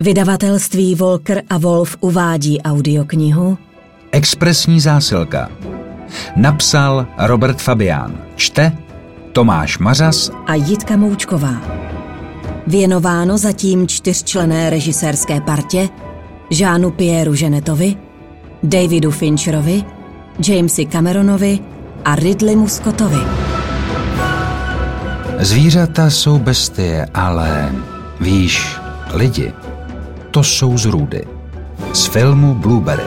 Vydavatelství Walker a Wolf uvádí audioknihu Expresní zásilka. Napsal Robert Fabián. Čte Tomáš Mařas a Jitka Moučková. Věnováno zatím 4členné režisérské partě Jeanu Pierru Genetovi, Davidu Fincherovi, Jamesi Cameronovi a Ridleymu Scottovi. Zvířata jsou bestie, ale víš, lidi, to jsou zrůdy. Z filmu Blueberry.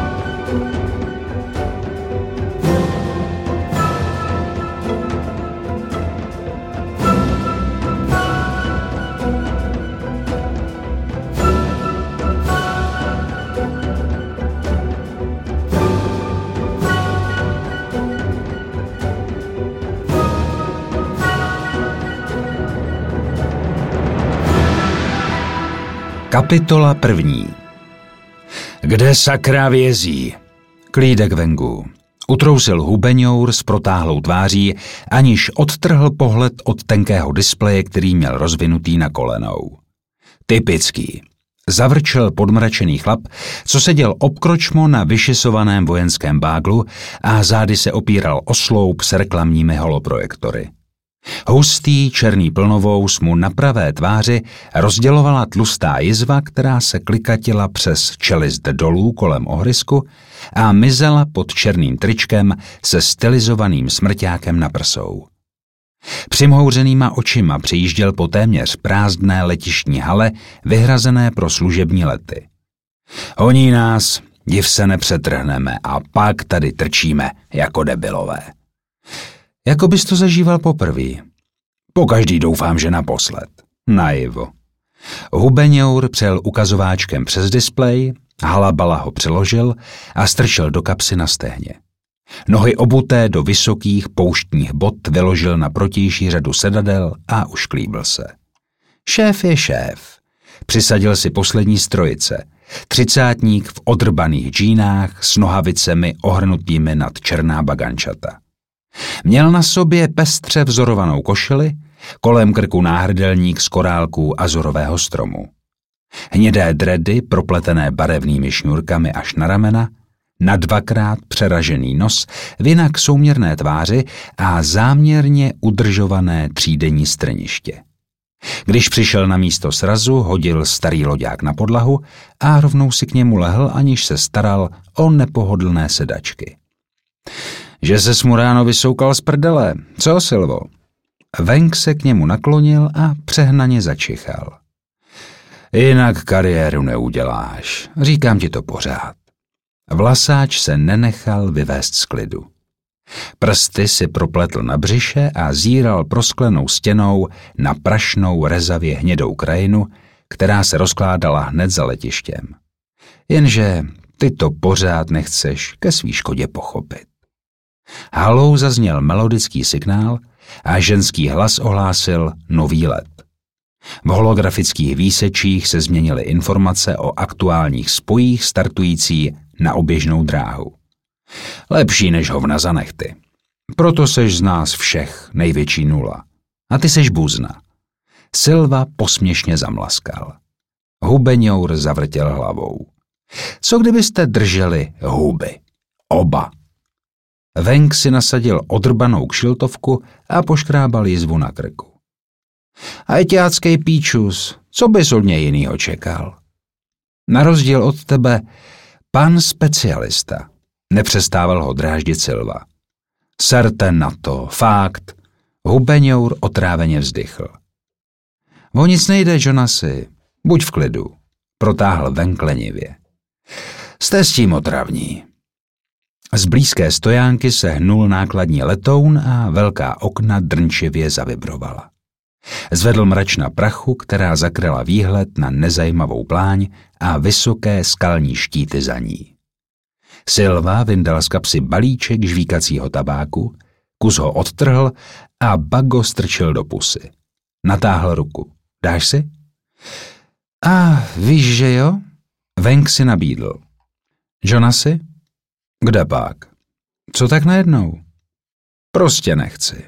Kapitola 1. Kde sakra vězí? Klídek venku. Utrousil hubeňour s protáhlou tváří, aniž odtrhl pohled od tenkého displeje, který měl rozvinutý na kolenou. Typický. Zavrčel podmračený chlap, co seděl obkročmo na vyšisovaném vojenském báglu a zády se opíral o sloup s reklamními holoprojektory. Hustý černý plnovous mu na pravé tváři rozdělovala tlustá jizva, která se klikatila přes čelist dolů kolem ohryzku a mizela pod černým tričkem se stylizovaným smrťákem na prsou. Přimhouřenýma očima přijížděl po téměř prázdné letištní hale vyhrazené pro služební lety. Honí nás, div se nepřetrhneme a pak tady trčíme jako debilové. Jako bys to zažíval poprvé. Pokaždý doufám, že naposled. Naivo. Hubeňour přel ukazováčkem přes displej, halabala ho přeložil a strčil do kapsy na stehně. Nohy obuté do vysokých pouštních bot vyložil na protější řadu sedadel a ušklíbil se. Šéf je šéf. Přisadil si poslední z trojice. Třicátník v odrbaných džínách s nohavicemi ohrnutými nad černá bagančata. Měl na sobě pestře vzorovanou košili, kolem krku náhrdelník z korálků azurového stromu. Hnědé dredy propletené barevnými šňůrkami až na ramena, na dvakrát přeražený nos, vinak souměrné tváři a záměrně udržované třídenní strniště. Když přišel na místo srazu, hodil starý loďák na podlahu a rovnou si k němu lehl, aniž se staral o nepohodlné sedačky. Že se mu ráno vysoukal z prdele, co, Silvo? Venk se k němu naklonil a přehnaně začichal. Jinak kariéru neuděláš, říkám ti to pořád. Vlasáč se nenechal vyvést z klidu. Prsty si propletl na břiše a zíral prosklenou stěnou na prašnou rezavě hnědou krajinu, která se rozkládala hned za letištěm. Jenže ty to pořád nechceš ke svý škodě pochopit. Halou zazněl melodický signál a ženský hlas ohlásil nový let. V holografických výsečích se změnily informace o aktuálních spojích startující na oběžnou dráhu. Lepší než hovna za nechty. Proto seš z nás všech největší nula. A ty seš buzna. Silva posměšně zamlaskal. Hubeňour zavrtěl hlavou. Co kdybyste drželi huby? Oba. Venk si nasadil odrbanou kšiltovku a poškrábal jizvu na krku. Ajťáckej píčus, co bys od něj jinýho čekal? Na rozdíl od tebe, pan specialista, nepřestával ho dráždit Silva. Serte na to, fakt, Hubeňour otráveně vzdychl. O nic nejde, Jonasi, buď v klidu, protáhl Venk lenivě. Jste s tím otravní. Z blízké stojánky se hnul nákladní letoun a velká okna drnčivě zavibrovala. Zvedl mračna prachu, která zakryla výhled na nezajímavou pláň a vysoké skalní štíty za ní. Silva vyndal z kapsy balíček žvíkacího tabáku, kus ho odtrhl a bago strčil do pusy. Natáhl ruku. Dáš si? A víš, že jo? Venk si nabídl. Jonasi? Kde pak? Co tak najednou? Prostě nechci.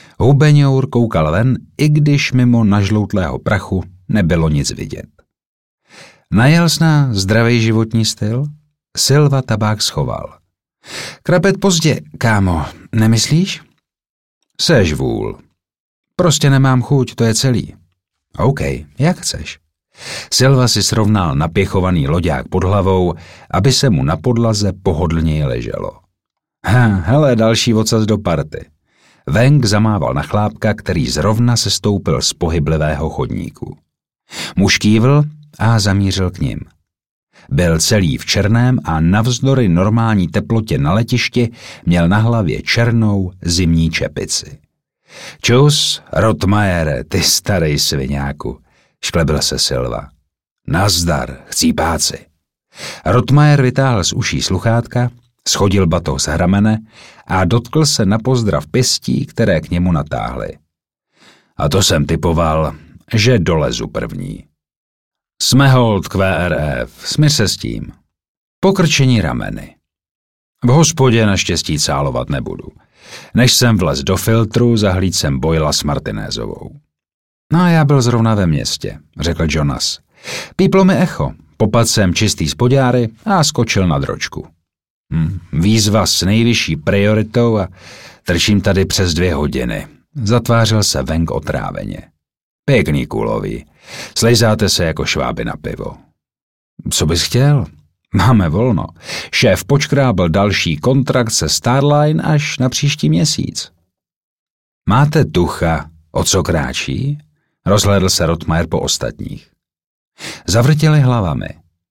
Hubeňour koukal ven, i když mimo nažloutlého prachu nebylo nic vidět. Najels na zdravý životní styl? Silva tabák schoval. Krapet pozdě, kámo, nemyslíš? Seš vůl. Prostě nemám chuť, to je celý. OK, jak chceš. Silva si srovnal napěchovaný loďák pod hlavou, aby se mu na podlaze pohodlněji leželo. Hele, další ocas do party. Weng zamával na chlápka, který zrovna se stoupil z pohyblivého chodníku. Muž kývl a zamířil k nim. Byl celý v černém a navzdory normální teplotě na letišti měl na hlavě černou zimní čepici. Čus, Rotmajere, ty starej sviňáku, šklebil se Silva. Nazdar, chcípáci. Rotmajer vytáhl z uší sluchátka, schodil batoh z hramene a dotkl se na pozdrav pěstí, které k němu natáhly. A to jsem typoval, že dolezu první. Jsme hold k VRF, smír se s tím. Pokrčení rameny. V hospodě naštěstí cálovat nebudu. Než jsem vlez do filtru, zahlíd jsem Boyla s Martinézovou. No a já byl zrovna ve městě, řekl Jonas. Píplo mi echo, popadl jsem čistý spodňáry a skočil na dročku. Výzva s nejvyšší prioritou a trčím tady přes 2 hodiny. Zatvářil se Weng otráveně. Pěkný kulový. Slejzáte se jako šváby na pivo. Co bys chtěl? Máme volno. Šéf počkrábl další kontrakt se Starline až na příští měsíc. Máte tucha, o co kráčí? Rozhlédl se Rotmajer po ostatních. Zavrtěli hlavami.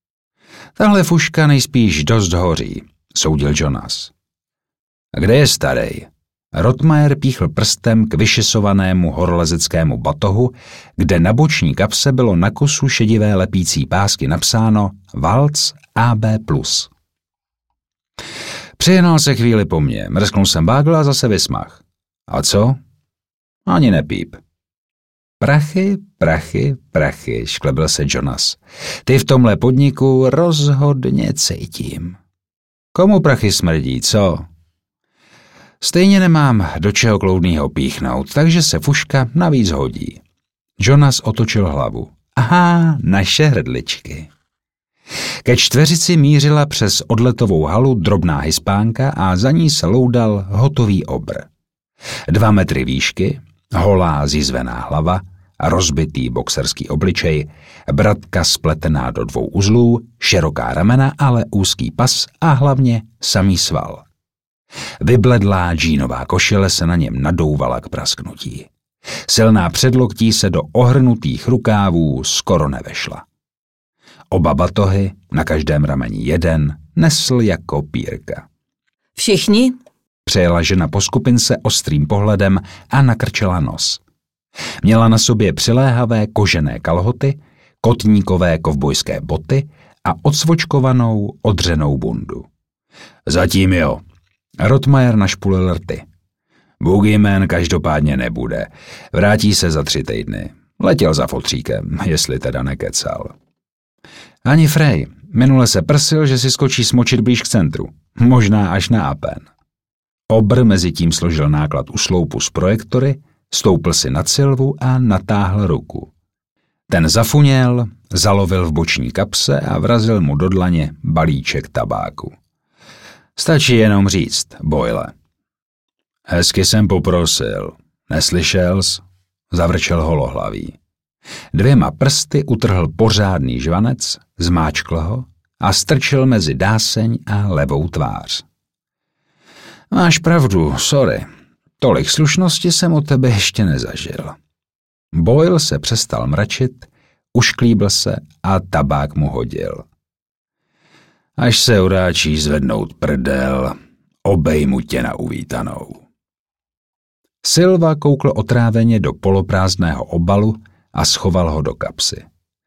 Tahle fuška nejspíš dost hoří, soudil Jonas. A kde je starej? Rotmajer píchl prstem k vyšisovanému horolezeckému batohu, kde na boční kapse bylo na kusu šedivé lepící pásky napsáno Valc AB+. Přijenal se chvíli po mně, mrsknul jsem bágl a zase vysmach. A co? Ani nepíp. Prachy, prachy, prachy, šklebil se Jonas. Ty v tomhle podniku rozhodně cítím. Komu prachy smrdí, co? Stejně nemám do čeho kloudnýho píchnout, takže se fuška navíc hodí. Jonas otočil hlavu. Aha, naše hrdličky. Ke čtveřici mířila přes odletovou halu drobná hispánka a za ní se loudal hotový obr. 2 metry výšky, holá zizvená hlava, rozbitý boxerský obličej, bratka spletená do 2 uzlů, široká ramena, ale úzký pas a hlavně samý sval. Vybledlá džínová košile se na něm nadouvala k prasknutí. Silná předloktí se do ohrnutých rukávů skoro nevešla. Oba batohy, na každém rameni jeden, nesl jako pírka. Všichni? Přejela žena po skupince ostrým pohledem a nakrčila nos. Měla na sobě přiléhavé kožené kalhoty, kotníkové kovbojské boty a odsvočkovanou odřenou bundu. Zatím jo. Rotmajer našpulil rty. Boogeyman každopádně nebude. Vrátí se za 3 týdny. Letěl za fotříkem, jestli teda nekecal. Ani Frey. Minule se prsil, že si skočí smočit blíž k centru. Možná až na Apen. Obr mezi tím složil náklad u sloupu z projektory, stoupl si nad Silvu a natáhl ruku. Ten zafuněl, zalovil v boční kapse a vrazil mu do dlaně balíček tabáku. Stačí jenom říct, Boyle. Hezky jsem poprosil. Neslyšel jsi? Zavrčel holohlavý. 2 prsty utrhl pořádný žvanec, zmáčkl ho a strčil mezi dáseň a levou tvář. Máš pravdu, sorry. Tolik slušnosti jsem od tebe ještě nezažil. Boyle se přestal mračit, ušklíbil se a tabák mu hodil. Až se uráčíš zvednout prdel, obejmu tě na uvítanou. Silva koukl otráveně do poloprázdného obalu a schoval ho do kapsy.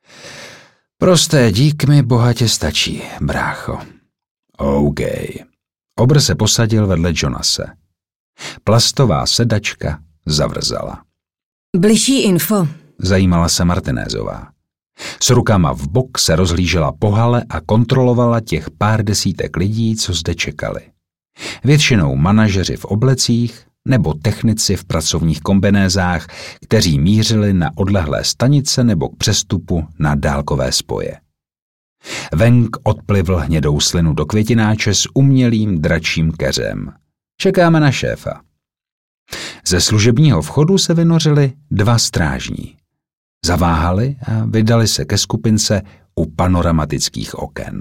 Prosté dík mi bohatě stačí, brácho. OK. Obr se posadil vedle Jonase. Plastová sedačka zavrzala. Bližší info. Zajímala se Martinézová. S rukama v bok se rozhlížela po hale a kontrolovala těch pár desítek lidí, co zde čekali. Většinou manažeři v oblecích nebo technici v pracovních kombinézách, kteří mířili na odlehlé stanice nebo k přestupu na dálkové spoje. Weng odplivl hnědou slinu do květináče s umělým dračím keřem. Čekáme na šéfa. Ze služebního vchodu se vynořili 2 strážní. Zaváhali a vydali se ke skupince u panoramatických oken.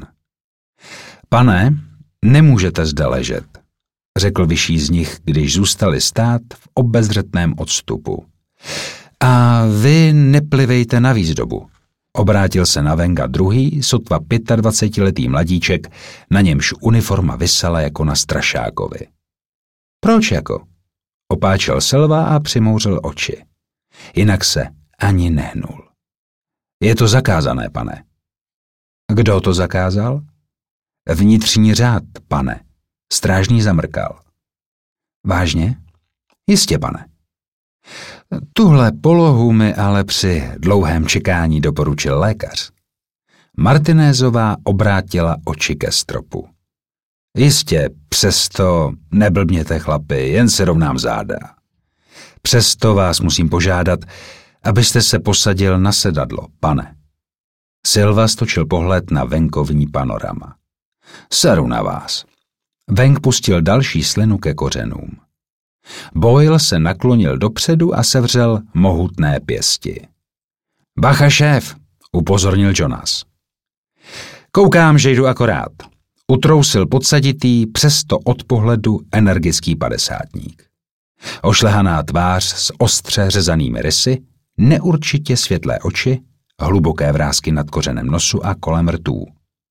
Pane, nemůžete zde ležet, řekl vyšší z nich, když zůstali stát v obezřetném odstupu. A vy neplivejte na výzdobu. Obrátil se na Wenga druhý, sotva 25letý mladíček, na němž uniforma visela jako na strašákovi. Proč jako? Opáčel Silva a přimouřil oči. Jinak se ani nehnul. Je to zakázané, pane. Kdo to zakázal? Vnitřní řád, pane. Strážný zamrkal. Vážně? Jistě, pane. Tuhle polohu mi ale při dlouhém čekání doporučil lékař. Martinézová obrátila oči ke stropu. Jistě, přesto neblbněte, chlapi, jen si rovnám záda. Přesto vás musím požádat, abyste se posadil na sedadlo, pane. Silva stočil pohled na venkovní panorama. Seru na vás. Weng pustil další slinu ke kořenům. Boyle se naklonil dopředu a sevřel mohutné pěsti. Bacha, šéf, upozornil Jonas. Koukám, že jdu akorát. Utrousil podsaditý, přesto od pohledu energický padesátník. Ošlehaná tvář s ostře řezanými rysy, neurčitě světlé oči, hluboké vrásky nad kořenem nosu a kolem rtů.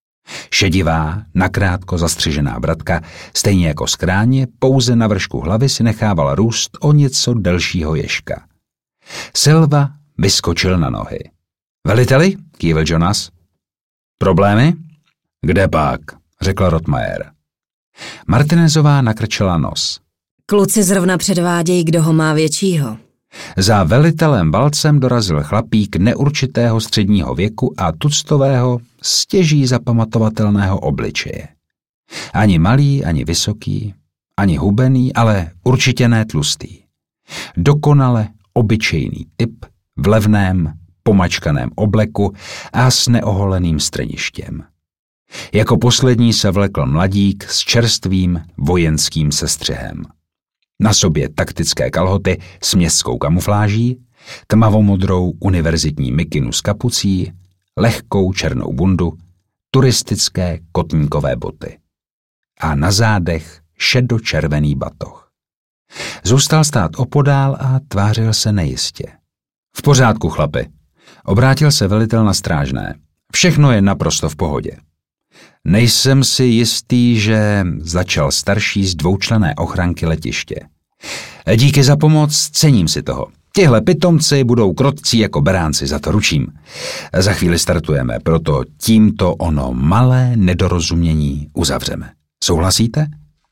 Šedivá, nakrátko zastřižená bratka, stejně jako skráně, pouze na vršku hlavy si nechávala růst o něco delšího ježka. Silva vyskočil na nohy. Veliteli, kývil Jonas. Problémy? Kde pak, řekl Rotmajer. Martinezová nakrčila nos. Kluci zrovna předvádějí, kdo ho má většího. Za velitelem Valcem dorazil chlapík neurčitého středního věku a tuctového, stěží zapamatovatelného obličeje. Ani malý, ani vysoký, ani hubený, ale určitě ne tlustý. Dokonale obyčejný typ v levném, pomačkaném obleku a s neoholeným strništěm. Jako poslední se vlekl mladík s čerstvým vojenským sestřihem. Na sobě taktické kalhoty s městskou kamufláží, tmavomodrou univerzitní mikinu s kapucí, lehkou černou bundu, turistické kotníkové boty. A na zádech šedočervený batoh. Zůstal stát opodál a tvářil se nejistě. V pořádku, chlapi. Obrátil se velitel na strážné. Všechno je naprosto v pohodě. Nejsem si jistý, že začal starší z dvoučlenné ochranky letiště. Díky za pomoc, cením si toho. Tihle pitomci budou krotcí jako beránci, za to ručím. Za chvíli startujeme, proto tímto ono malé nedorozumění uzavřeme. Souhlasíte?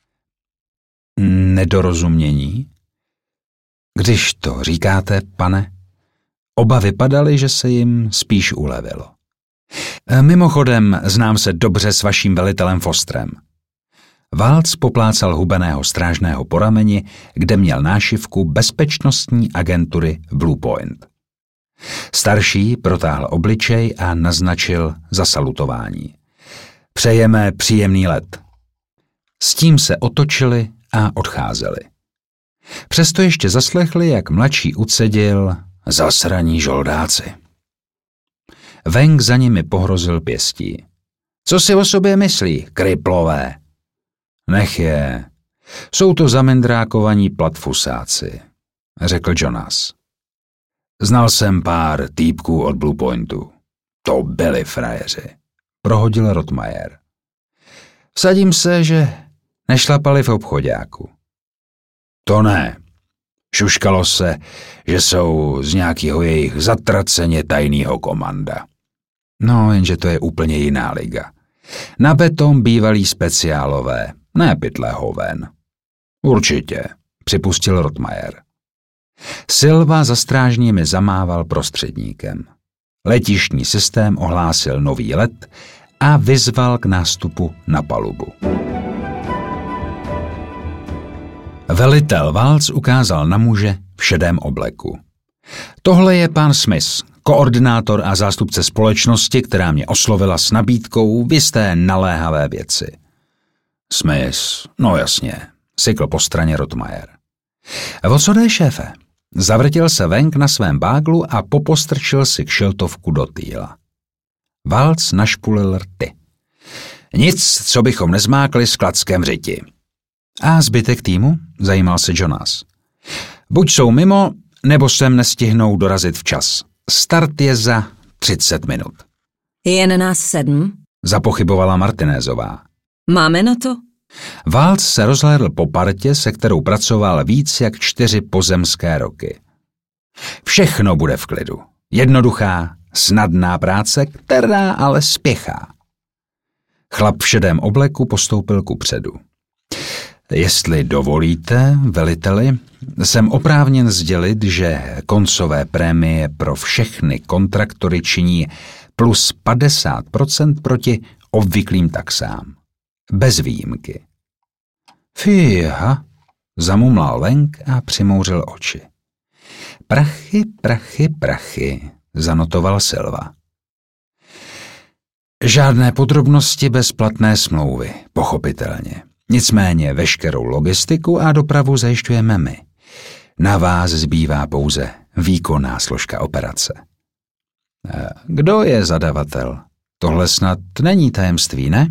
Nedorozumění? Když to říkáte, pane? Oba vypadali, že se jim spíš ulevilo. Mimochodem, znám se dobře s vaším velitelem Fosterem. Waltz poplácal hubeného strážného po rameni, kde měl nášivku bezpečnostní agentury Blue Point. Starší protáhl obličej a naznačil zasalutování. Přejeme příjemný let. S tím se otočili a odcházeli. Přesto ještě zaslechli, jak mladší ucedil zasraní žoldáci. Weng za nimi pohrozil pěstí. Co si o sobě myslí, kryplové? Nech je. Jsou to zamendrákovaní platfusáci, řekl Jonas. Znal jsem pár týpků od Blue Pointu. To byli frajeři, prohodil Rotmajer. Vsadím se, že nešlapali v obchoďáku. To ne. Šuškalo se, že jsou z nějakého jejich zatraceně tajného komanda. No, jenže to je úplně jiná liga. Na beton bývalí speciálové, ne pytle hoven. Určitě, připustil Rotmajer. Silva za strážními zamával prostředníkem. Letištní systém ohlásil nový let a vyzval k nástupu na palubu. Velitel Waltz ukázal na muže v šedém obleku. Tohle je pán Smith, koordinátor a zástupce společnosti, která mě oslovila s nabídkou v jisté naléhavé věci. Smith, no jasně, sykl po straně Rottmeier. O co jde, šéfe? Zavrtěl se Weng na svém báglu a popostrčil si kšiltovku do týla. Waltz našpulil rty. Nic, co bychom nezmákli s klackem řiti. A zbytek týmu? Zajímal se Jonas. Buď jsou mimo, nebo sem nestihnou dorazit včas. Start je za 30 minut. Jen nás 7? Zapochybovala Martinézová. Máme na to? Waltz se rozhlédl po partě, se kterou pracoval víc jak 4 pozemské roky. Všechno bude v klidu. Jednoduchá, snadná práce, která ale spěchá. Chlap v šedém obleku postoupil kupředu. Jestli dovolíte, veliteli, jsem oprávněn sdělit, že koncové prémie pro všechny kontraktory činí plus 50% proti obvyklým taxám. Bez výjimky. Fíha, zamumlal Weng a přimouřil oči. Prachy, prachy, prachy, zanotoval Silva. Žádné podrobnosti bez platné smlouvy, pochopitelně. Nicméně veškerou logistiku a dopravu zajišťujeme my. Na vás zbývá pouze výkonná složka operace. Kdo je zadavatel? Tohle snad není tajemství, ne?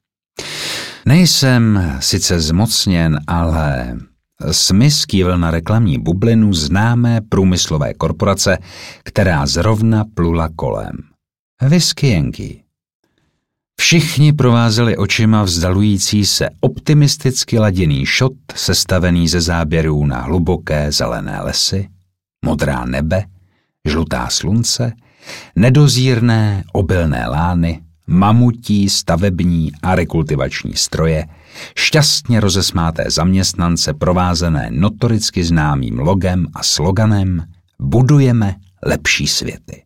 Nejsem sice zmocněn, ale Smith kývl na reklamní bublinu známé průmyslové korporace, která zrovna plula kolem. Whisky Yankee. Všichni provázeli očima vzdalující se optimisticky laděný šot sestavený ze záběrů na hluboké zelené lesy, modrá nebe, žlutá slunce, nedozírné obilné lány, mamutí, stavební a rekultivační stroje, šťastně rozesmáté zaměstnance provázené notoricky známým logem a sloganem Budujeme lepší světy.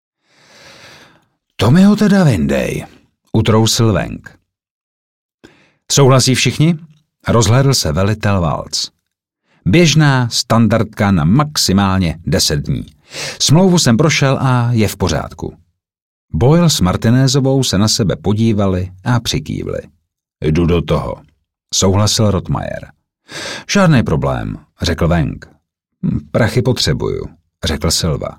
To mi ho teda vyndej, utrousil Weng. Souhlasí všichni? Rozhlédl se velitel Waltz. Běžná standardka na maximálně 10 dní. Smlouvu jsem prošel a je v pořádku. Boyle s Martinézovou se na sebe podívali a přikývli. Jdu do toho, souhlasil Rottmeier. Žádný problém, řekl Weng. Prachy potřebuju, řekl Silva.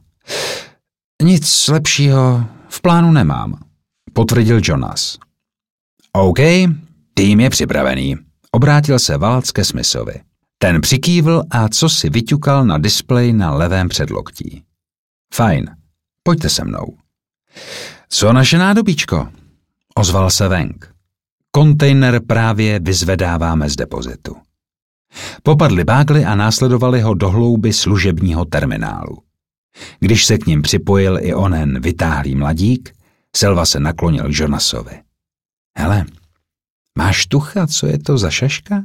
Nic lepšího v plánu nemám, potvrdil Jonas. OK, tým je připravený, obrátil se Waltz ke Smithovi. Ten přikývl a co si vyťukal na displeji na levém předloktí. Fajn, pojďte se mnou. Co naše nádobíčko? Ozval se Weng. Kontejner právě vyzvedáváme z depozitu. Popadli bágly a následovali ho do hlouby služebního terminálu. Když se k ním připojil i onen vytáhlý mladík, Silva se naklonil k Jonasovi. Hele, máš tucha, co je to za šaška?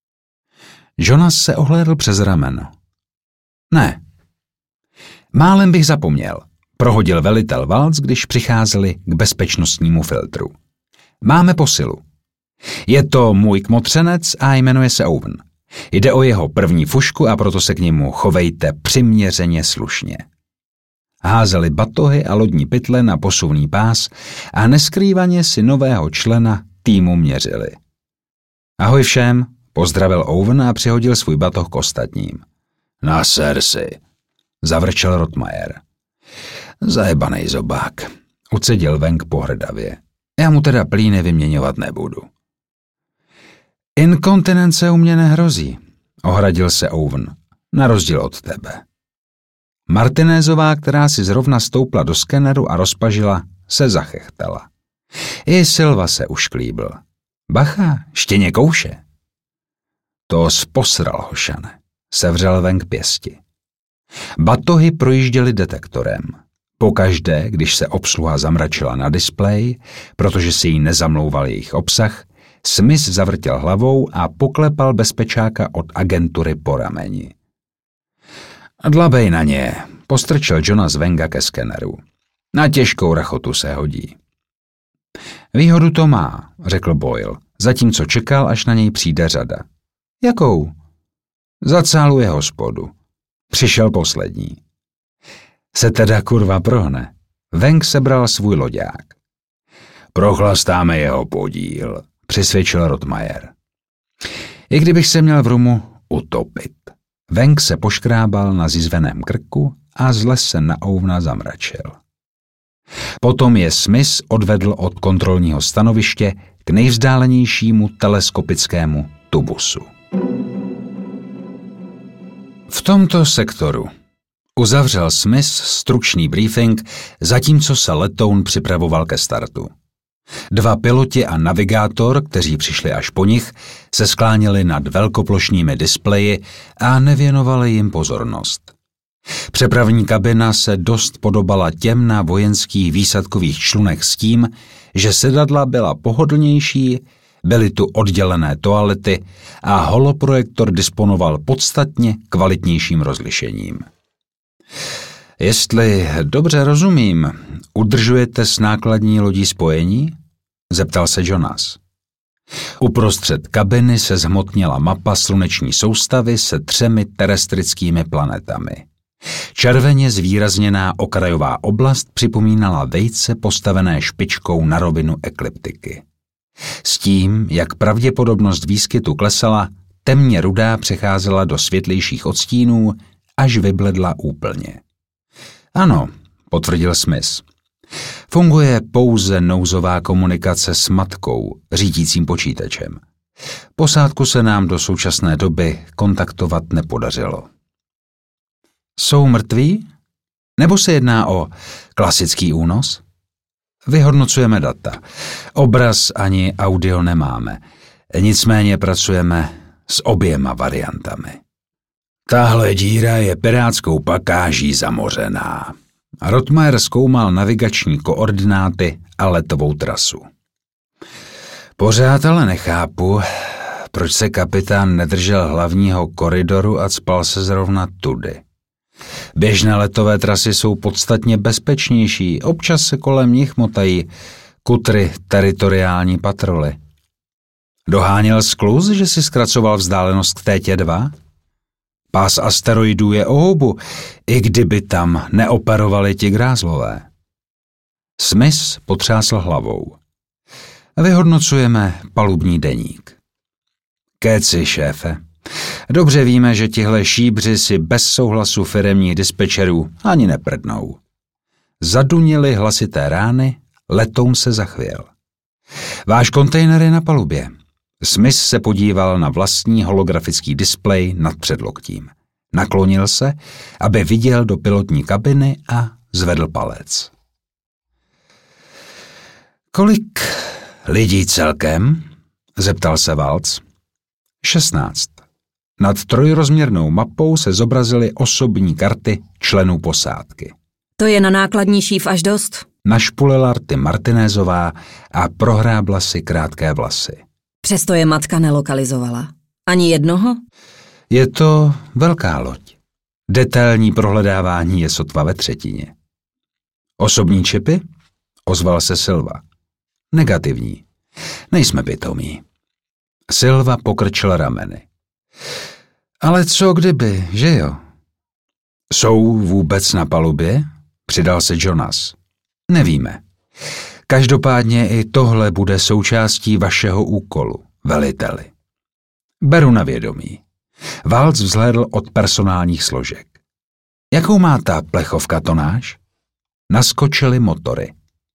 Jonas se ohlédl přes rameno. Ne. Málem bych zapomněl, prohodil velitel Waltz, když přicházeli k bezpečnostnímu filtru. Máme posilu. Je to můj kmotřenec a jmenuje se Owen. Jde o jeho první fušku a proto se k němu chovejte přiměřeně slušně. Házeli batohy a lodní pytle na posuvný pás a neskrývaně si nového člena týmu měřili. Ahoj všem, pozdravil Owen a přihodil svůj batoh k ostatním. Naser si, zavrčel Rottmeier. Zajebanej zobák, ucedil Weng pohrdavě. Já mu teda plíny vyměňovat nebudu. Inkontinence u mě nehrozí, ohradil se Owen, na rozdíl od tebe. Martinézová, která si zrovna stoupla do skeneru a rozpažila, se zachechtala. I Silva se ušklíbl. Bacha, štěně kouše. To sposral, hošane, sevřel Weng pěsti. Batohy projížděly detektorem. Pokaždé, když se obsluha zamračila na displeji, protože si jí nezamlouval jejich obsah, Smith zavrtěl hlavou a poklepal bezpečáka od agentury po rameni. Dlabej na ně, postrčil Jonas Wenga ke skeneru. Na těžkou rachotu se hodí. Výhodu to má, řekl Boyle, zatímco čekal, až na něj přijde řada. Jakou? Zacáluje hospodu. Přišel poslední. Se teda kurva prohne. Weng sebral svůj loďák. Prochlastáme jeho podíl, přisvědčil Rottmeier. I kdybych se měl v rumu utopit. Weng se poškrábal na zizveném krku a zle se na ouvna zamračil. Potom je Smith odvedl od kontrolního stanoviště k nejvzdálenějšímu teleskopickému tubusu. V tomto sektoru uzavřel Smith stručný briefing, zatímco se letoun připravoval ke startu. Dva piloti a navigátor, kteří přišli až po nich, se skláněli nad velkoplošnými displeji a nevěnovali jim pozornost. Přepravní kabina se dost podobala těm na vojenských výsadkových člunech s tím, že sedadla byla pohodlnější, byly tu oddělené toalety a holoprojektor disponoval podstatně kvalitnějším rozlišením. Jestli dobře rozumím, udržujete s nákladní lodí spojení? Zeptal se Jonas. Uprostřed kabiny se zhmotnila mapa sluneční soustavy se 3 terestrickými planetami. Červeně zvýrazněná okrajová oblast připomínala vejce postavené špičkou na rovinu ekliptiky. S tím, jak pravděpodobnost výskytu klesala, temně rudá přecházela do světlejších odstínů, až vybledla úplně. Ano, potvrdil Smith. Funguje pouze nouzová komunikace s matkou, řídícím počítačem. Posádku se nám do současné doby kontaktovat nepodařilo. Jsou mrtví? Nebo se jedná o klasický únos? Vyhodnocujeme data. Obraz ani audio nemáme. Nicméně pracujeme s oběma variantami. Tahle díra je pirátskou pakáží zamořená. Rottmeier zkoumal navigační koordináty a letovou trasu. Pořád ale nechápu, proč se kapitán nedržel hlavního koridoru a cpal se zrovna tudy. Běžné letové trasy jsou podstatně bezpečnější, občas se kolem nich motají kutry teritoriální patroly. Doháněl skluz, že si zkracoval vzdálenost k tétě 2? Pás asteroidů je o houbu, i kdyby tam neoperovali ti grázlové. Smith potřásl hlavou. Vyhodnocujeme palubní deník. Kéci, šéfe. Dobře víme, že tihle šíbři si bez souhlasu firemních dispečerů ani neprdnou. Zadunily hlasité rány, letoun se zachvěl. Váš kontejner je na palubě. Smith se podíval na vlastní holografický displej nad předloktím. Naklonil se, aby viděl do pilotní kabiny a zvedl palec. Kolik lidí celkem? Zeptal se Waltz. 16. Nad trojrozměrnou mapou se zobrazily osobní karty členů posádky. To je na nákladní šíf až dost. Našpulila rty Martinézová a prohrábla si krátké vlasy. Přesto je matka nelokalizovala. Ani jednoho? Je to velká loď. Detailní prohledávání je sotva ve 1/3. Osobní čipy? Ozval se Silva. Negativní. Nejsme pitomí. Silva pokrčil rameny. Ale co kdyby, že jo? Jsou vůbec na palubě? Přidal se Jonas. Nevíme. Každopádně i tohle bude součástí vašeho úkolu, veliteli. Beru na vědomí. Waltz vzhlédl od personálních složek. Jakou má ta plechovka tonáž? Naskočily motory.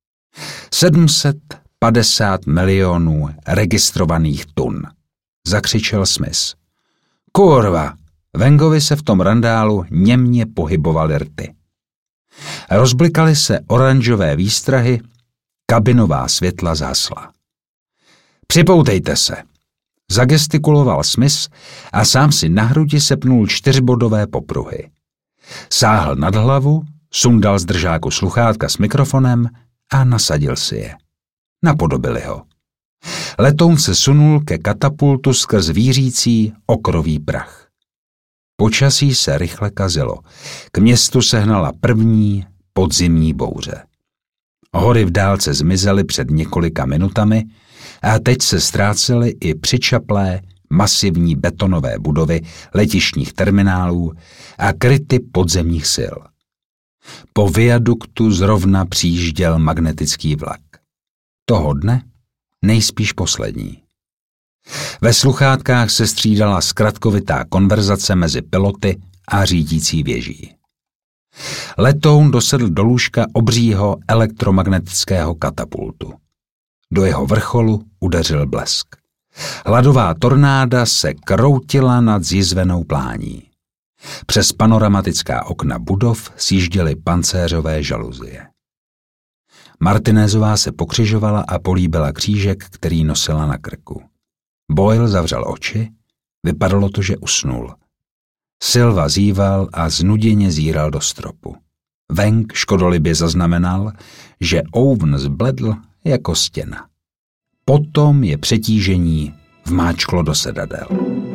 750 milionů registrovaných tun, zakřičel Smith. Kurva, Wengovi se v tom randálu němně pohybovaly rty. Rozblikaly se oranžové výstrahy, kabinová světla zhasla. Připoutejte se, zagestikuloval Smith a sám si na hrudi sepnul 4bodové popruhy. Sáhl nad hlavu, sundal z držáku sluchátka s mikrofonem a nasadil si je. Napodobili ho. Letoun se sunul ke katapultu skrz vířící okrový prach. Počasí se rychle kazilo. K městu se hnala první podzimní bouře. Hory v dálce zmizely před několika minutami a teď se ztrácely i přičaplé masivní betonové budovy letištních terminálů a kryty podzemních sil. Po viaduktu zrovna přijížděl magnetický vlak. Toho dne nejspíš poslední. Ve sluchátkách se střídala zkratkovitá konverzace mezi piloty a řídící věží. Letoun dosedl do lůžka obřího elektromagnetického katapultu. Do jeho vrcholu udeřil blesk. Hladová tornáda se kroutila nad zjizvenou plání. Přes panoramatická okna budov sjížděly pancéřové žaluzie. Martinézová se pokřižovala a políbila křížek, který nosila na krku. Boyle zavřel oči, vypadalo to, že usnul. Silva zíval a znuděně zíral do stropu. Venk škodolibě zaznamenal, že Owen zbledl jako stěna. Potom je přetížení vmáčklo do sedadel.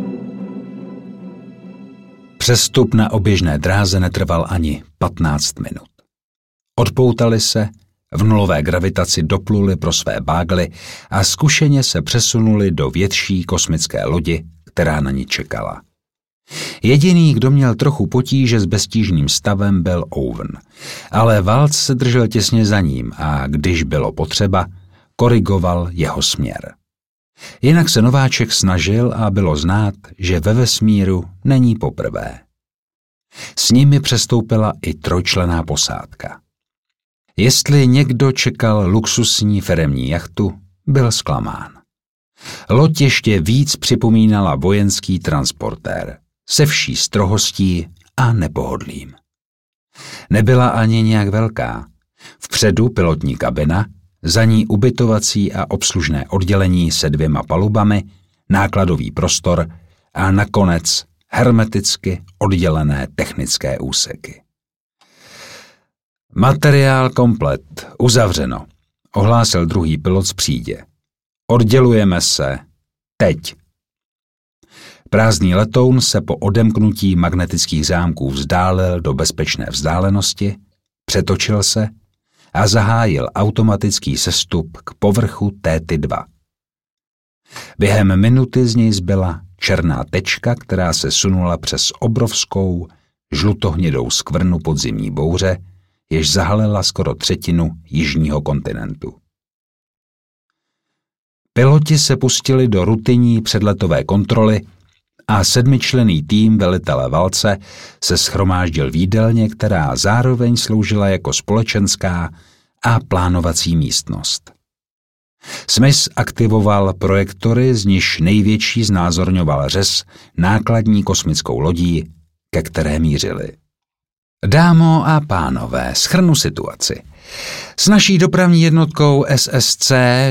Přestup na oběžné dráze netrval ani 15 minut. Odpoutali se, v nulové gravitaci dopluli pro své bágly a zkušeně se přesunuli do větší kosmické lodi, která na ní čekala. Jediný, kdo měl trochu potíže s beztížným stavem, byl Owen, ale Waltz se držel těsně za ním a když bylo potřeba, korigoval jeho směr. Jinak se nováček snažil a bylo znát, že ve vesmíru není poprvé. S nimi přestoupila i trojčlenná posádka. Jestli někdo čekal luxusní firemní jachtu, byl zklamán. Loď ještě víc připomínala vojenský transportér, se vší strohostí a nepohodlím. Nebyla ani nějak velká. Vpředu pilotní kabina, za ní ubytovací a obslužné oddělení se 2 palubami, nákladový prostor a nakonec hermeticky oddělené technické úseky. Materiál komplet, uzavřeno, ohlásil druhý pilot z přídě. Oddělujeme se. Teď. Prázdný letoun se po odemknutí magnetických zámků vzdálil do bezpečné vzdálenosti, přetočil se a zahájil automatický sestup k povrchu Téty-2. Během minuty z něj zbyla černá tečka, která se sunula přes obrovskou žlutohnědou skvrnu podzimní bouře, jež zahalila skoro 1/3 jižního kontinentu. Piloti se pustili do rutinní předletové kontroly a 7členný tým velitele Waltze se shromáždil v jídelně, která zároveň sloužila jako společenská a plánovací místnost. Smith aktivoval projektory, z nichž největší znázorňoval řez nákladní kosmickou lodí, ke které mířili. Dámo a pánové, shrnu situaci. S naší dopravní jednotkou SSC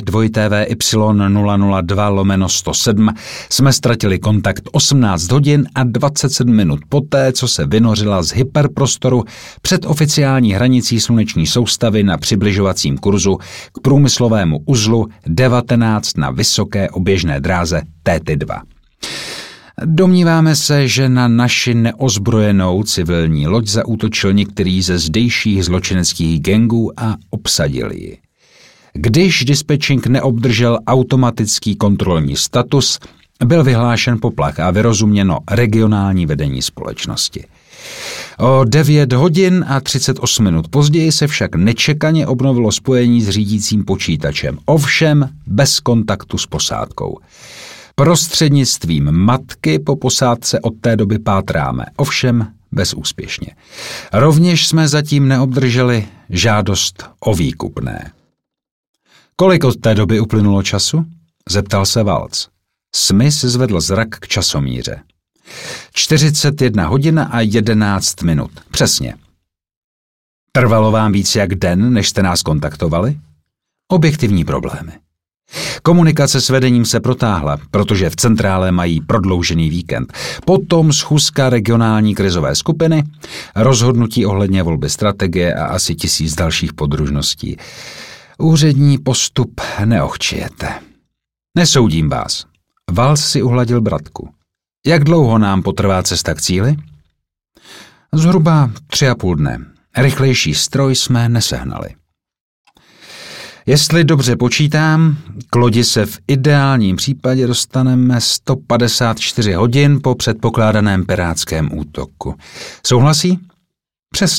2TVY002/107 jsme ztratili kontakt 18 hodin a 27 minut poté, co se vynořila z hyperprostoru před oficiální hranicí sluneční soustavy na přibližovacím kurzu k průmyslovému uzlu 19 na vysoké oběžné dráze Téty-2. Domníváme se, že na naši neozbrojenou civilní loď zaútočil některý ze zdejších zločineckých gangů a obsadil ji. Když dispečing neobdržel automatický kontrolní status, byl vyhlášen poplach a vyrozuměno regionální vedení společnosti. O 9 hodin a 38 minut později se však nečekaně obnovilo spojení s řídícím počítačem, ovšem bez kontaktu s posádkou. Prostřednictvím matky po posádce od té doby pátráme, ovšem bezúspěšně. Rovněž jsme zatím neobdrželi žádost o výkupné. Kolik od té doby uplynulo času? Zeptal se Waltz. Smith zvedl zrak k časomíře. 41 hodin a 11 minut. Přesně. Trvalo vám víc jak den, než jste nás kontaktovali? Objektivní problémy. Komunikace s vedením se protáhla, protože v centrále mají prodloužený víkend. Potom schůzka regionální krizové skupiny, rozhodnutí ohledně volby strategie a asi 1000 dalších podružností. Úřední postup neochčijete. Nesoudím vás. Waltz si uhladil bratku. Jak dlouho nám potrvá cesta k cíli? Zhruba 3,5 dne. Rychlejší stroj jsme nesehnali. Jestli dobře počítám, k lodi se v ideálním případě dostaneme 154 hodin po předpokládaném pirátském útoku. Souhlasí? Přesně.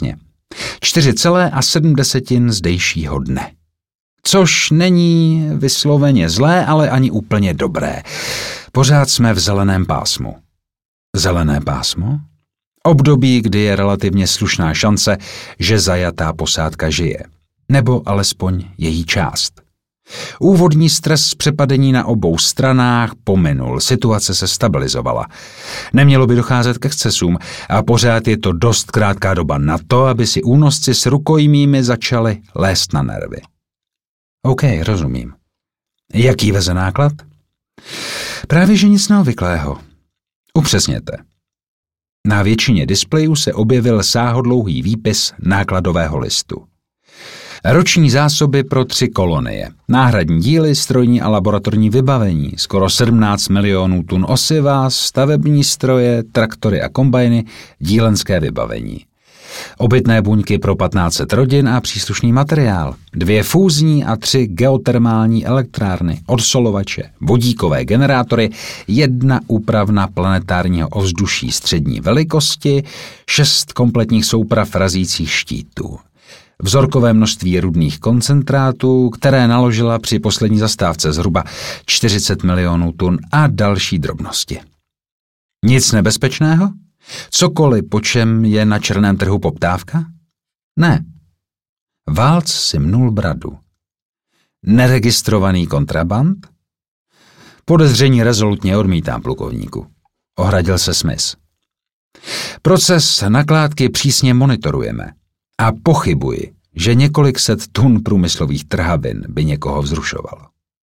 4,7 zdejšího dne. Což není vysloveně zlé, ale ani úplně dobré. Pořád jsme v zeleném pásmu. Zelené pásmo? Období, kdy je relativně slušná šance, že zajatá posádka žije. Nebo alespoň její část. Úvodní stres z přepadení na obou stranách pominul, situace se stabilizovala. Nemělo by docházet k excesům a pořád je to dost krátká doba na to, aby si únosci s rukojmími začali lézt na nervy. OK, rozumím. Jaký veze náklad? Právě že nic neobvyklého. Upřesněte. Na většině displejů se objevil sáhodlouhý výpis nákladového listu. Roční zásoby pro 3 kolonie, náhradní díly, strojní a laboratorní vybavení, skoro 17 milionů tun osiva, stavební stroje, traktory a kombajny, dílenské vybavení. Obytné buňky pro 1500 rodin a příslušný materiál, 2 fúzní a 3 geotermální elektrárny, odsolovače, vodíkové generátory, 1 úpravna planetárního ovzduší střední velikosti, 6 kompletních souprav razících štítů. Vzorkové množství rudných koncentrátů, které naložila při poslední zastávce zhruba 40 milionů tun a další drobnosti. Nic nebezpečného? Cokoliv, po čem je na černém trhu poptávka? Ne. Waltz si mnul bradu. Neregistrovaný kontraband? Podezření rezolutně odmítám, plukovníku. Ohradil se Smith. Proces nakládky přísně monitorujeme. A pochybuji, že několik set tun průmyslových trhavin by někoho vzrušovalo.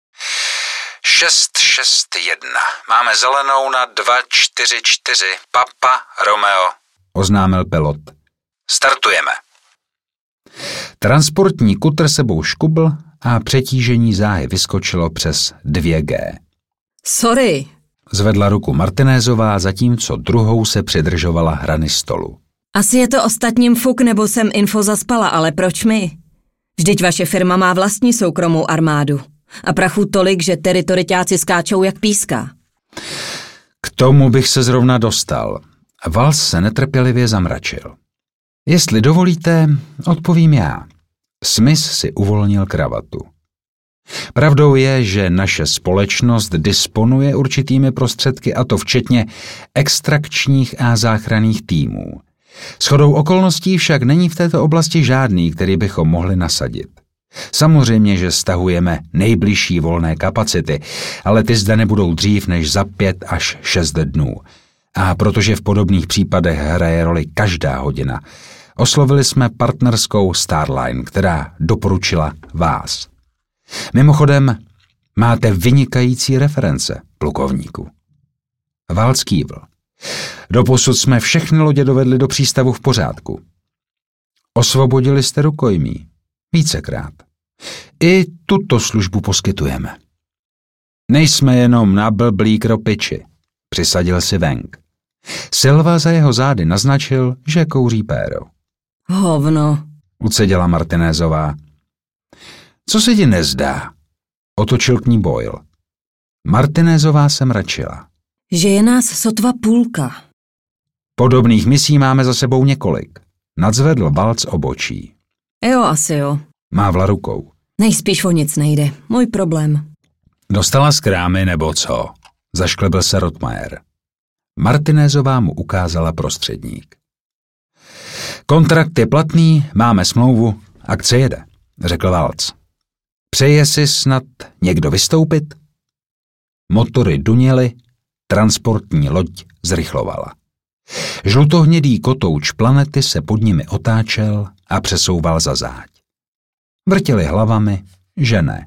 661. Máme zelenou na 244. Papa Romeo, oznámil pilot. Startujeme. Transportní kutr sebou škubl a přetížení záhy vyskočilo přes 2G. Sorry. Zvedla ruku Martinézová, zatímco druhou se přidržovala hrany stolu. Asi je to ostatním fuk, nebo jsem info zaspala, ale proč my? Vždyť vaše firma má vlastní soukromou armádu. A prachu tolik, že teritoriťáci skáčou jak píska. K tomu bych se zrovna dostal. Waltz se netrpělivě zamračil. Jestli dovolíte, odpovím já. Smith si uvolnil kravatu. Pravdou je, že naše společnost disponuje určitými prostředky, a to včetně extrakčních a záchranných týmů. Shodou okolností však není v této oblasti žádný, který bychom mohli nasadit. Samozřejmě, že stahujeme nejbližší volné kapacity, ale ty zde nebudou dřív než za 5 až 6 dnů. A protože v podobných případech hraje roli každá hodina, oslovili jsme partnerskou Starline, která doporučila vás. Mimochodem, máte vynikající reference, plukovníku. Waltz kývl. Doposud jsme všechny lodě dovedli do přístavu v pořádku. Osvobodili jste rukojmí. Vícekrát. I tuto službu poskytujeme. Nejsme jenom na blblí kropiči, přisadil si Weng. Silva za jeho zády naznačil, že kouří péro. Hovno, uceděla Martinézová. Co se ti nezdá? Otočil k ní Boyle. Martinézová se mračila. Že je nás sotva půlka. Podobných misí máme za sebou několik. Nadzvedl Waltz obočí. Jo, asi jo. Mávla rukou. Nejspíš o nic nejde. Můj problém. Dostala z krámy nebo co? Zašklebil se Rottmeier. Martinézová mu ukázala prostředník. Kontrakt je platný, máme smlouvu, akce jede, řekl Waltz. Přeje si snad někdo vystoupit? Motory duněly, transportní loď zrychlovala. Žlutohnědý kotouč planety se pod nimi otáčel a přesouval za záď. Vrtěli hlavami, že ne.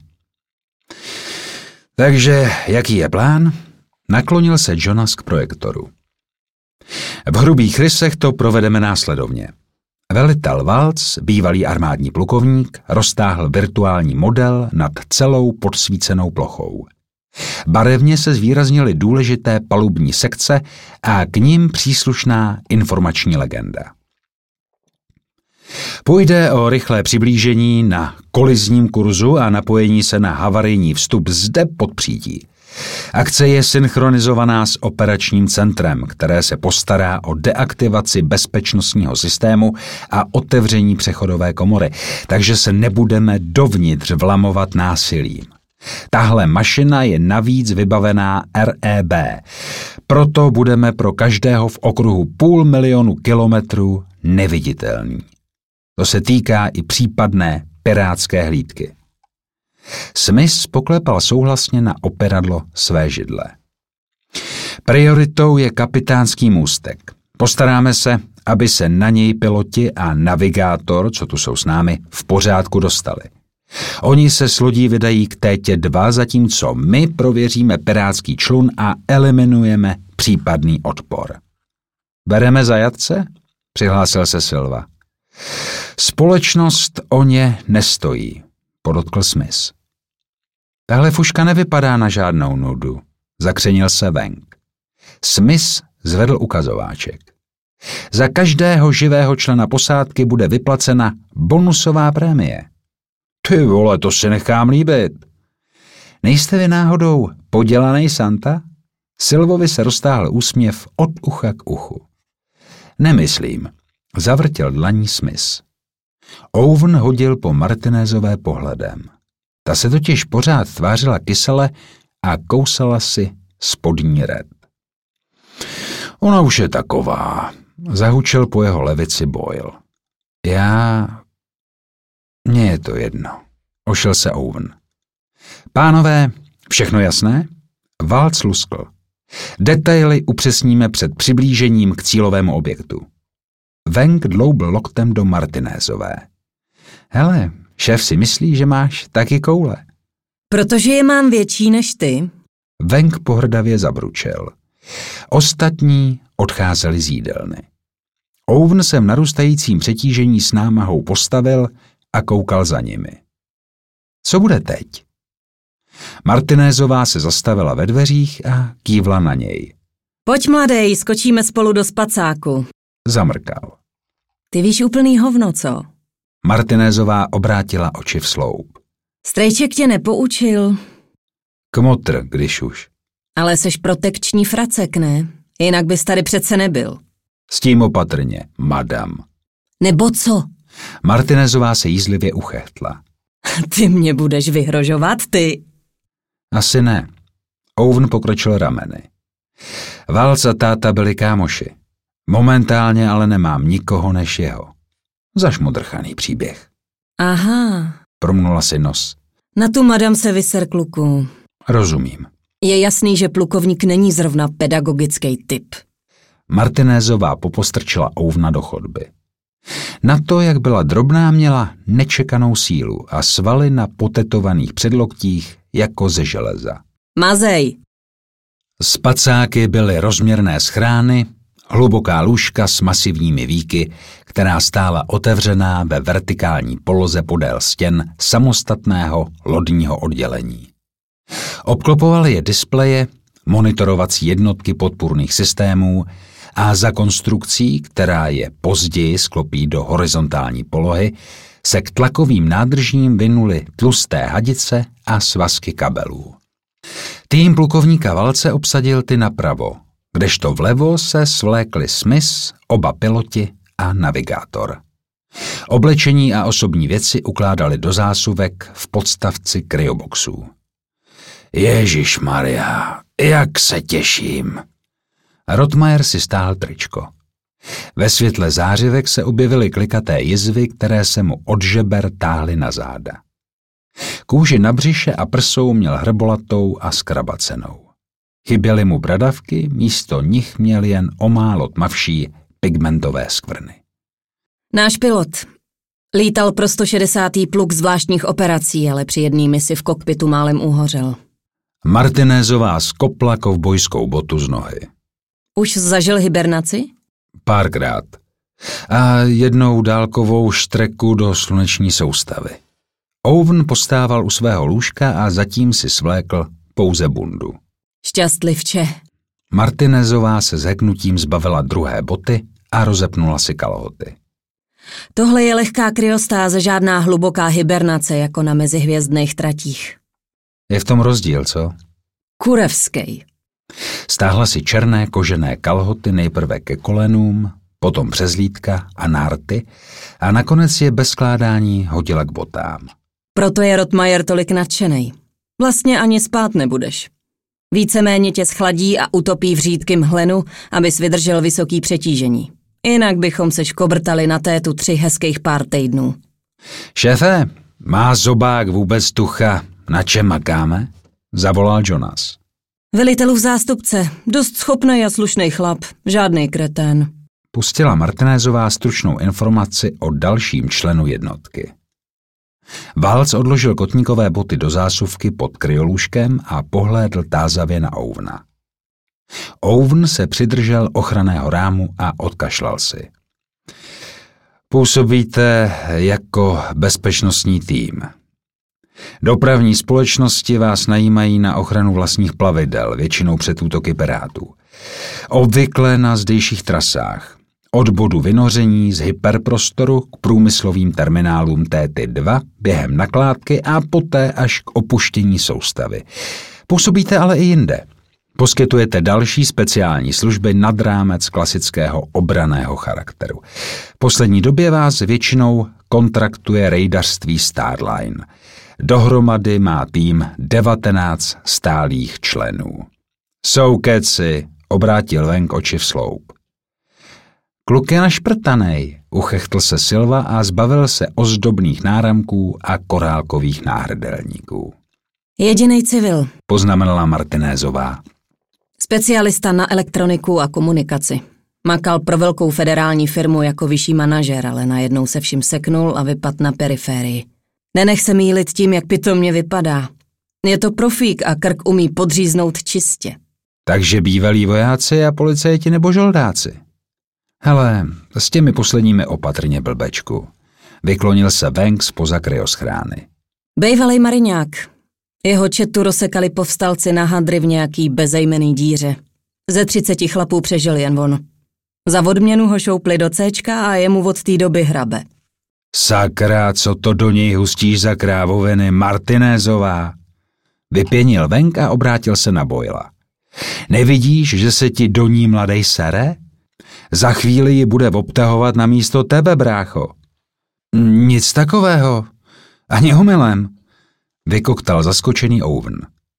Takže jaký je plán? Naklonil se Jonas k projektoru. V hrubých rysech to provedeme následovně. Velitel Waltz, bývalý armádní plukovník, roztáhl virtuální model nad celou podsvícenou plochou. Barevně se zvýraznily důležité palubní sekce a k nim příslušná informační legenda. Půjde o rychlé přiblížení na kolizním kurzu a napojení se na havarijní vstup zde pod přídí. Akce je synchronizovaná s operačním centrem, které se postará o deaktivaci bezpečnostního systému a otevření přechodové komory, takže se nebudeme dovnitř vlamovat násilím. Tahle mašina je navíc vybavená REB, proto budeme pro každého v okruhu 500 000 kilometrů neviditelní. To se týká i případné pirátské hlídky. Smith poklepal souhlasně na operadlo své židle. Prioritou je kapitánský můstek. Postaráme se, aby se na něj piloti a navigátor, co tu jsou s námi, v pořádku dostali. Oni se s lodí vydají k tétě 2, zatímco my prověříme pirátský člun a eliminujeme případný odpor. Bereme zajatce? Přihlásil se Silva. Společnost o ně nestojí, podotkl Smith. Tahle fuška nevypadá na žádnou nudu, zakřenil se Weng. Smith zvedl ukazováček. Za každého živého člena posádky bude vyplacena bonusová prémie. Ty vole, to si nechám líbit. Nejste vy náhodou podělanej Santa? Silvovi se roztáhl úsměv od ucha k uchu. Nemyslím, zavrtěl dlaní Smith. Owen hodil po Martinezové pohledem. Ta se totiž pořád tvářila kysele a kousala si spodní red. Ona už je taková, zahučel po jeho levici Boyle. Mně je to jedno, ošel se Owen. Pánové, všechno jasné? Waltz luskl. Detaily upřesníme před přiblížením k cílovému objektu. Weng dloubl loktem do Martinezové. Hele, šéf si myslí, že máš taky koule. Protože je mám větší než ty. Weng pohrdavě zabručel. Ostatní odcházeli z jídelny. Owen se v narůstajícím přetížení s námahou postavil a koukal za nimi. Co bude teď? Martinezová se zastavila ve dveřích a kývla na něj. Pojď, mladej, skočíme spolu do spacáku. Zamrkal. Ty víš úplný hovno, co? Martinezová obrátila oči v sloup. Strejček tě nepoučil. Kmotr, když už. Ale seš protekční fracek, ne? Jinak bys tady přece nebyl. S tím opatrně, madam. Nebo co? Martinezová se jízlivě uchechtla. Ty mě budeš vyhrožovat, ty? Asi ne. Owen pokročil rameny. Waltz a táta byli kámoši. Momentálně ale nemám nikoho než jeho. Zašmodrchaný příběh. Aha. Promnula si nos. Na tu madam se vyser, kluku. Rozumím. Je jasný, že plukovník není zrovna pedagogický typ. Martinezová popostrčila Owena do chodby. Na to, jak byla drobná, měla nečekanou sílu a svaly na potetovaných předloktích jako ze železa. Mazej! Spacáky byly rozměrné schrány, hluboká lůžka s masivními víky, která stála otevřená ve vertikální poloze podél stěn samostatného lodního oddělení. Obklopovaly je displeje, monitorovací jednotky podpůrných systémů a za konstrukcí, která je později sklopí do horizontální polohy, se k tlakovým nádržím vynuly tlusté hadice a svazky kabelů. Tým plukovníka Waltze obsadil ty napravo, kdežto vlevo se svlékli Smith, oba piloti a navigátor. Oblečení a osobní věci ukládali do zásuvek v podstavci kryoboxů. Ježišmarja, jak se těším. Rottmeier si stáhl tričko. Ve světle zářivek se objevily klikaté jizvy, které se mu od žeber táhly na záda. Kůži na břiše a prsou měl hrbolatou a skrabacenou. Chyběly mu bradavky, místo nich měl jen o málo tmavší pigmentové skvrny. Náš pilot lítal pro 160. pluk zvláštních operací, ale při jedné misi v kokpitu málem uhořel. Martinezová skopla kovbojskou botu z nohy. Už zažil hibernaci? Párkrát. A jednou dálkovou štreku do sluneční soustavy. Owen postával u svého lůžka a zatím si svlékl pouze bundu. Šťastlivče. Martinezová se zheknutím zbavila druhé boty a rozepnula si kalhoty. Tohle je lehká kryostáze, žádná hluboká hibernace jako na mezihvězdných tratích. Je v tom rozdíl, co? Kurevskej. Stáhla si černé kožené kalhoty nejprve ke kolenům, potom přes lítka a nárty a nakonec je bez skládání hodila k botám. Proto je Rotmajer tolik nadšenej. Vlastně ani spát nebudeš. Víceméně tě schladí a utopí v řídkým hlenu, abys vydržel vysoký přetížení. Jinak bychom se škobrtali na tétu 3 hezkých pár týdnů. Šéfe, má zobák vůbec tucha, na čem makáme? Zavolal Jonas. Velitelův zástupce, dost schopnej a slušnej chlap, žádnej kretén. Pustila Martinézová stručnou informaci o dalším členu jednotky. Waltz odložil kotníkové boty do zásuvky pod kryolůžkem a pohlédl tázavě na Ovna. Ovn se přidržel ochranného rámu a odkašlal si. Působíte jako bezpečnostní tým. Dopravní společnosti vás najímají na ochranu vlastních plavidel, většinou před útoky pirátů. Obvykle na zdejších trasách. Od bodu vynoření z hyperprostoru k průmyslovým terminálům TT2 během nakládky a poté až k opuštění soustavy. Působíte ale i jinde. Poskytujete další speciální služby nad rámec klasického obranného charakteru. V poslední době vás většinou kontraktuje rejdařství Starline. Dohromady má tým 19 stálých členů. Jsou keci, obrátil Weng oči v sloup. Kluk je našprtanej, uchechtl se Silva a zbavil se ozdobných náramků a korálkových náhrdelníků. Jedinej civil, poznamenala Martinézová. Specialista na elektroniku a komunikaci. Makal pro velkou federální firmu jako vyšší manažer, ale najednou se vším seknul a vypadl na periférii. Nenech se mýlit tím, jak pitomně vypadá. Je to profík a krk umí podříznout čistě. Takže bývalí vojáci a policajti nebo žoldáci. Hele, s těmi posledními opatrně, blbečku. Vyklonil se Weng zpoza kryoschrány. Bejvalej mariňák. Jeho četu rozsekali povstalci na hadry v nějaký bezejmenný díře. Ze 30 chlapů přežil jen on. Za odměnu ho šoupli do Cčka a jemu od té doby hrabe. Sakra, co to do něj hustíš za krávoviny, Martinézová? Vypěnil Weng a obrátil se na Boyla. Nevidíš, že se ti do ní mladej sere? Za chvíli ji bude obtahovat na místo tebe, brácho. Nic takového. Ani omylem. Vykoktal zaskočený Owen.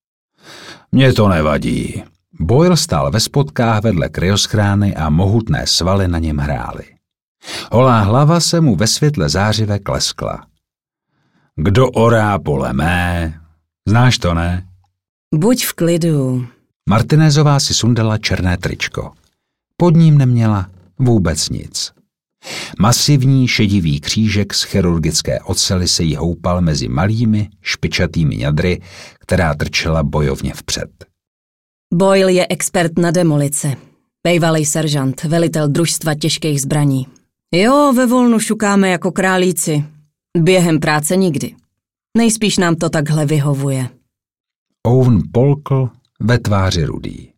Mně to nevadí. Boyle stál ve spodkách vedle kryoschrány a mohutné svaly na něm hrály. Holá hlava se mu ve světle zářivé kleskla. Kdo orá pole mé? Znáš to, ne? Buď v klidu. Martinézová si sundala černé tričko. Pod ním neměla vůbec nic. Masivní šedivý křížek z chirurgické ocely se jí houpal mezi malými, špičatými ňadry, která trčela bojovně vpřed. Boyle je expert na demolice. Bejvalej seržant, velitel družstva těžkých zbraní. Jo, ve volnu šukáme jako králíci. Během práce nikdy. Nejspíš nám to takhle vyhovuje. Owen polkl ve tváři rudý.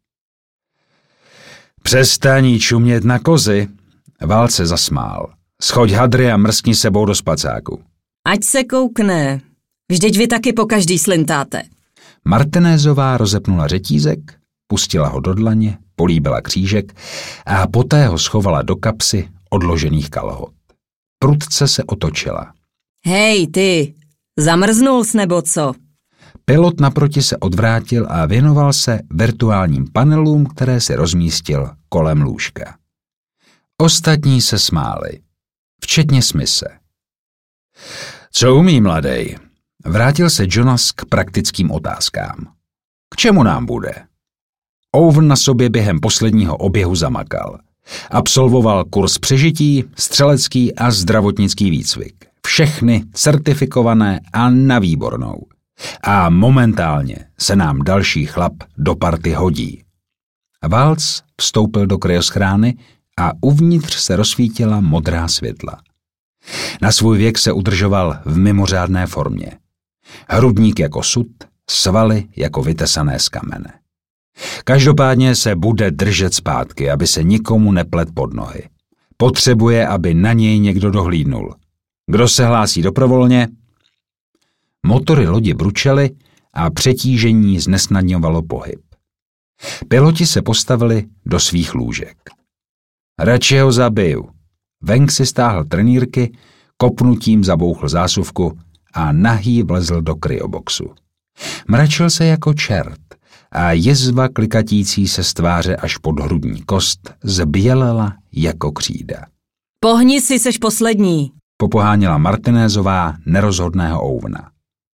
Přestaň čumět na kozy. Waltz se zasmál. Schoď hadry a mrskni sebou do spacáku. Ať se koukne. Vždyť vy taky po každý slintáte. Martinézová rozepnula řetízek, pustila ho do dlaně, políbila křížek a poté ho schovala do kapsy odložených kalhot. Prudce se otočila. Hej, ty, zamrznul jsi nebo co? Pilot naproti se odvrátil a věnoval se virtuálním panelům, které si rozmístil kolem lůžka. Ostatní se smáli, včetně Smise. Co umí, mladej? Vrátil se Jonas k praktickým otázkám. K čemu nám bude? Owen na sobě během posledního oběhu zamakal. Absolvoval kurz přežití, střelecký a zdravotnický výcvik. Všechny certifikované a na výbornou. A momentálně se nám další chlap do party hodí. Waltz vstoupil do kryoschrány a uvnitř se rozsvítila modrá světla. Na svůj věk se udržoval v mimořádné formě. Hrudník jako sud, svaly jako vytesané z kamene. Každopádně se bude držet zpátky, aby se nikomu neplet pod nohy. Potřebuje, aby na něj někdo dohlídnul. Kdo se hlásí dobrovolně? Motory lodi bručely a přetížení znesnadňovalo pohyb. Piloti se postavili do svých lůžek. Radši ho zabiju. Weng si stáhl trenýrky, kopnutím zabouchl zásuvku a nahý vlezl do kryoboxu. Mračil se jako čert a jizva klikatící se z tváře až pod hrudní kost zbělela jako křída. Pohni si, seš poslední, popoháněla Martinézová nerozhodného Owena.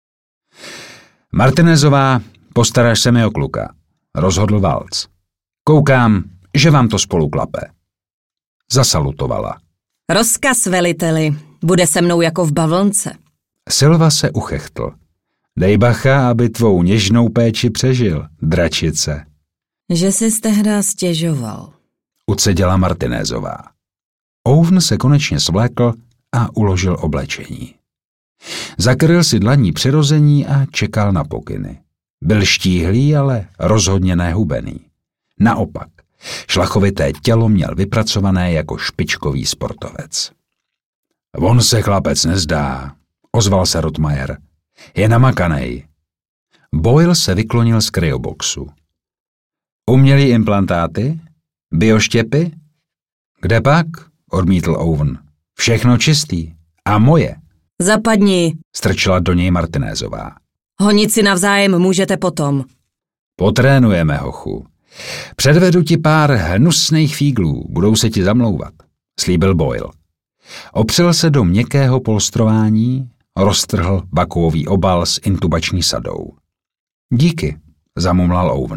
Martinézová, postaráš se mi o kluka, rozhodl Waltz. Koukám, že vám to spolu klape. Zasalutovala. Rozkaz, veliteli, bude se mnou jako v bavlnce. Silva se uchechtl. Dej bacha, aby tvou něžnou péči přežil, dračice. Že jsi tehdy stěžoval, uceděla Martinézová. Owen se konečně svlékl a uložil oblečení. Zakryl si dlaní přirození a čekal na pokyny. Byl štíhlý, ale rozhodně nehubený. Naopak, šlachovité tělo měl vypracované jako špičkový sportovec. On se chlapec nezdá, ozval se Rottmeier. Je namakanej. Boyle se vyklonil z kryoboxu. Umělý implantáty? Bioštěpy? Kde pak? Odmítl Owen. Všechno čistý. A moje. Zapadni, strčila do něj Martinézová. Honit si navzájem můžete potom. Potrénujeme, hochu. Předvedu ti pár hnusných fíglů, budou se ti zamlouvat, slíbil Boyle. Opřel se do měkkého polstrování, roztrhl vakuový obal s intubační sadou. Díky, zamumlal Owen.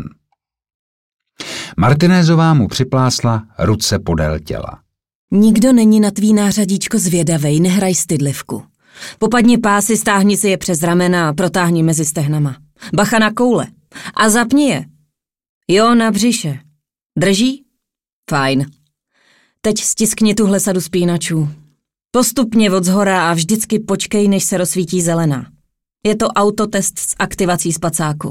Martinézová mu připlásla ruce podél těla. Nikdo není na tvý nářadíčko zvědavej, nehraj stydlivku. Popadni pásy, stáhni si je přes ramena a protáhni mezi stehnama. Bacha na koule. A zapni je. Jo, na břiše. Drží? Fajn. Teď stiskni tuhle sadu spínačů. Postupně od zhora a vždycky počkej, než se rozsvítí zelená. Je to autotest s aktivací spacáku.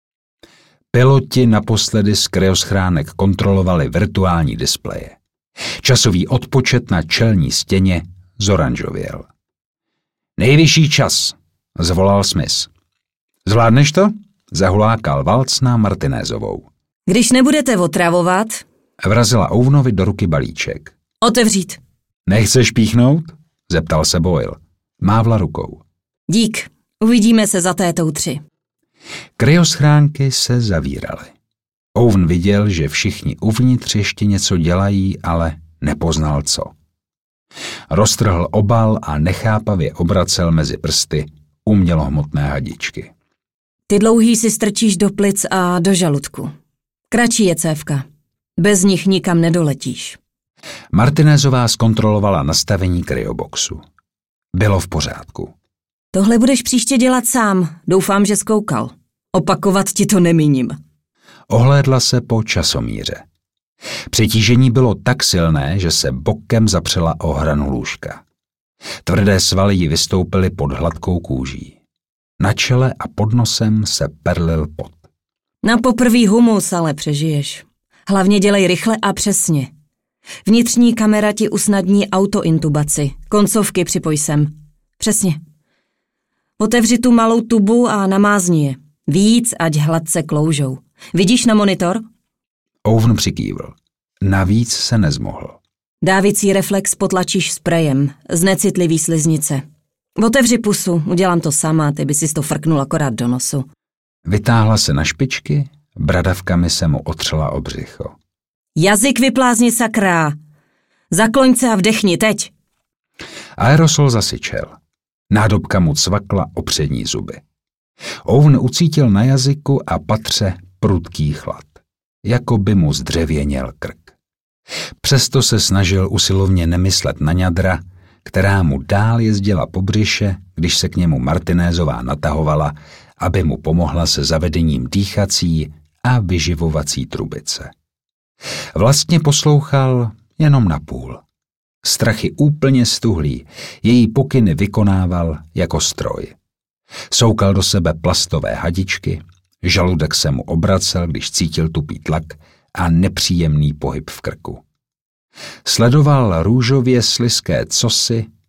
Piloti naposledy z kryoschránek kontrolovali virtuální displeje. Časový odpočet na čelní stěně zoranžověl. Nejvyšší čas, zvolal Smith. Zvládneš to? Zahulákal Waltz na Martinézovou. Když nebudete otravovat, vrazila Owenovi do ruky balíček. Otevřít. Nechceš píchnout? Zeptal se Boyle. Mávla rukou. Dík, uvidíme se za tétou 3. Kryoschránky se zavíraly. Owen viděl, že všichni uvnitř ještě něco dělají, ale nepoznal co. Roztrhl obal a nechápavě obracel mezi prsty umělohmotné hadičky. Ty dlouhý si strčíš do plic a do žaludku. Kratší je cévka. Bez nich nikam nedoletíš. Martinézová zkontrolovala nastavení kryoboxu. Bylo v pořádku. Tohle budeš příště dělat sám. Doufám, že zkoukal. Opakovat ti to nemíním. Ohlédla se po časomíře. Přetížení bylo tak silné, že se bokem zapřela o hranu lůžka. Tvrdé svaly jí vystoupily pod hladkou kůží. Na čele a pod nosem se perlil pot. Na poprvý humus ale přežiješ. Hlavně dělej rychle a přesně. Vnitřní kamera ti usnadní autointubaci. Koncovky připoj sem. Přesně. Otevři tu malou tubu a namázni je. Víc, ať hladce kloužou. Vidíš na monitor? Owen přikývl. Navíc se nezmohl. Dávicí reflex potlačíš sprejem. Znecitlivý sliznice. Otevři pusu, udělám to sama, ty by si to frknul akorát do nosu. Vytáhla se na špičky, bradavkami se mu otřela o břicho. Jazyk vyplázni, sakra! Zakloň se a vdechni, teď! Aerosol zasyčel. Nádobka mu cvakla o přední zuby. Owen ucítil na jazyku a patře prudký chlad, jako by mu zdřevěněl krk. Přesto se snažil usilovně nemyslet na ňadra, která mu dál jezdila po břiše, když se k němu Martinézová natahovala, aby mu pomohla se zavedením dýchací a vyživovací trubice. Vlastně poslouchal jenom napůl. Strachy úplně stuhlý, její pokyny vykonával jako stroj. Soukal do sebe plastové hadičky, žaludek se mu obracel, když cítil tupý tlak a nepříjemný pohyb v krku. Sledoval růžově slizké cosi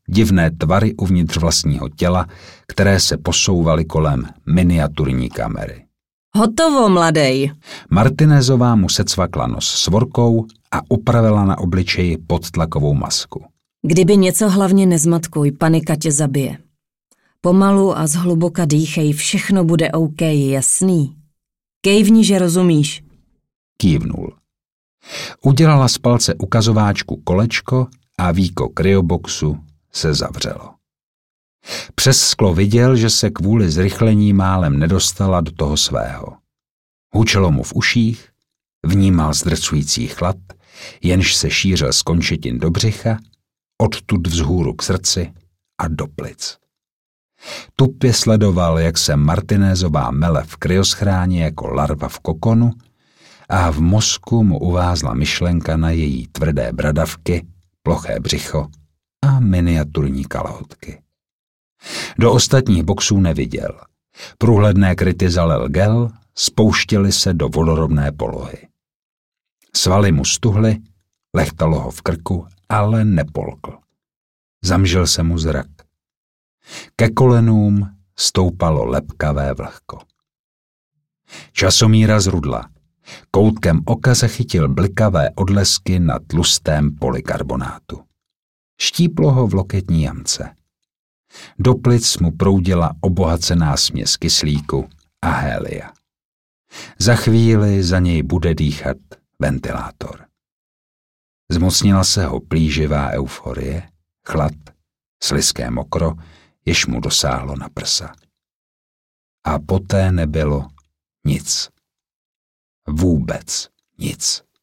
divné tvary uvnitř vlastního těla, které se posouvaly kolem miniaturní kamery. Hotovo, mladej. Martinezová mu secvakla nos svorkou a upravila na obličeji podtlakovou masku. Kdyby něco hlavně nezmatkuj, panika tě zabije. Pomalu a zhluboka dýchej, všechno bude OK, jasný. Kejvni, že rozumíš. Kývnul. Udělala z palce ukazováčku kolečko a víko kryoboxu se zavřelo. Přes sklo viděl, že se kvůli zrychlení málem nedostala do toho svého. Hučelo mu v uších, vnímal zdrcující chlad, jenž se šířil z končetin do břicha, odtud vzhůru k srdci a do plic. Tupě sledoval, jak se Martinezová mele v kryoschráně jako larva v kokonu a v mozku mu uvázla myšlenka na její tvrdé bradavky, ploché břicho a miniaturní kalhotky. Do ostatních boxů neviděl. Průhledné kryty zalil gel, spouštěly se do vodorovné polohy. Svaly mu stuhly, lechtalo ho v krku, ale nepolkl. Zamžil se mu zrak. Ke kolenům stoupalo lepkavé vlhko. Časomíra zrudla. Koutkem oka zachytil blikavé odlesky na tlustém polykarbonátu. Štíplo ho v loketní jamce. Do plic mu proudila obohacená směs kyslíku a hélia. Za chvíli za něj bude dýchat ventilátor. Zmocnila se ho plíživá euforie, chlad, slizké mokro, jež mu dosáhlo na prsa. A poté nebylo nic. Vůbec nic.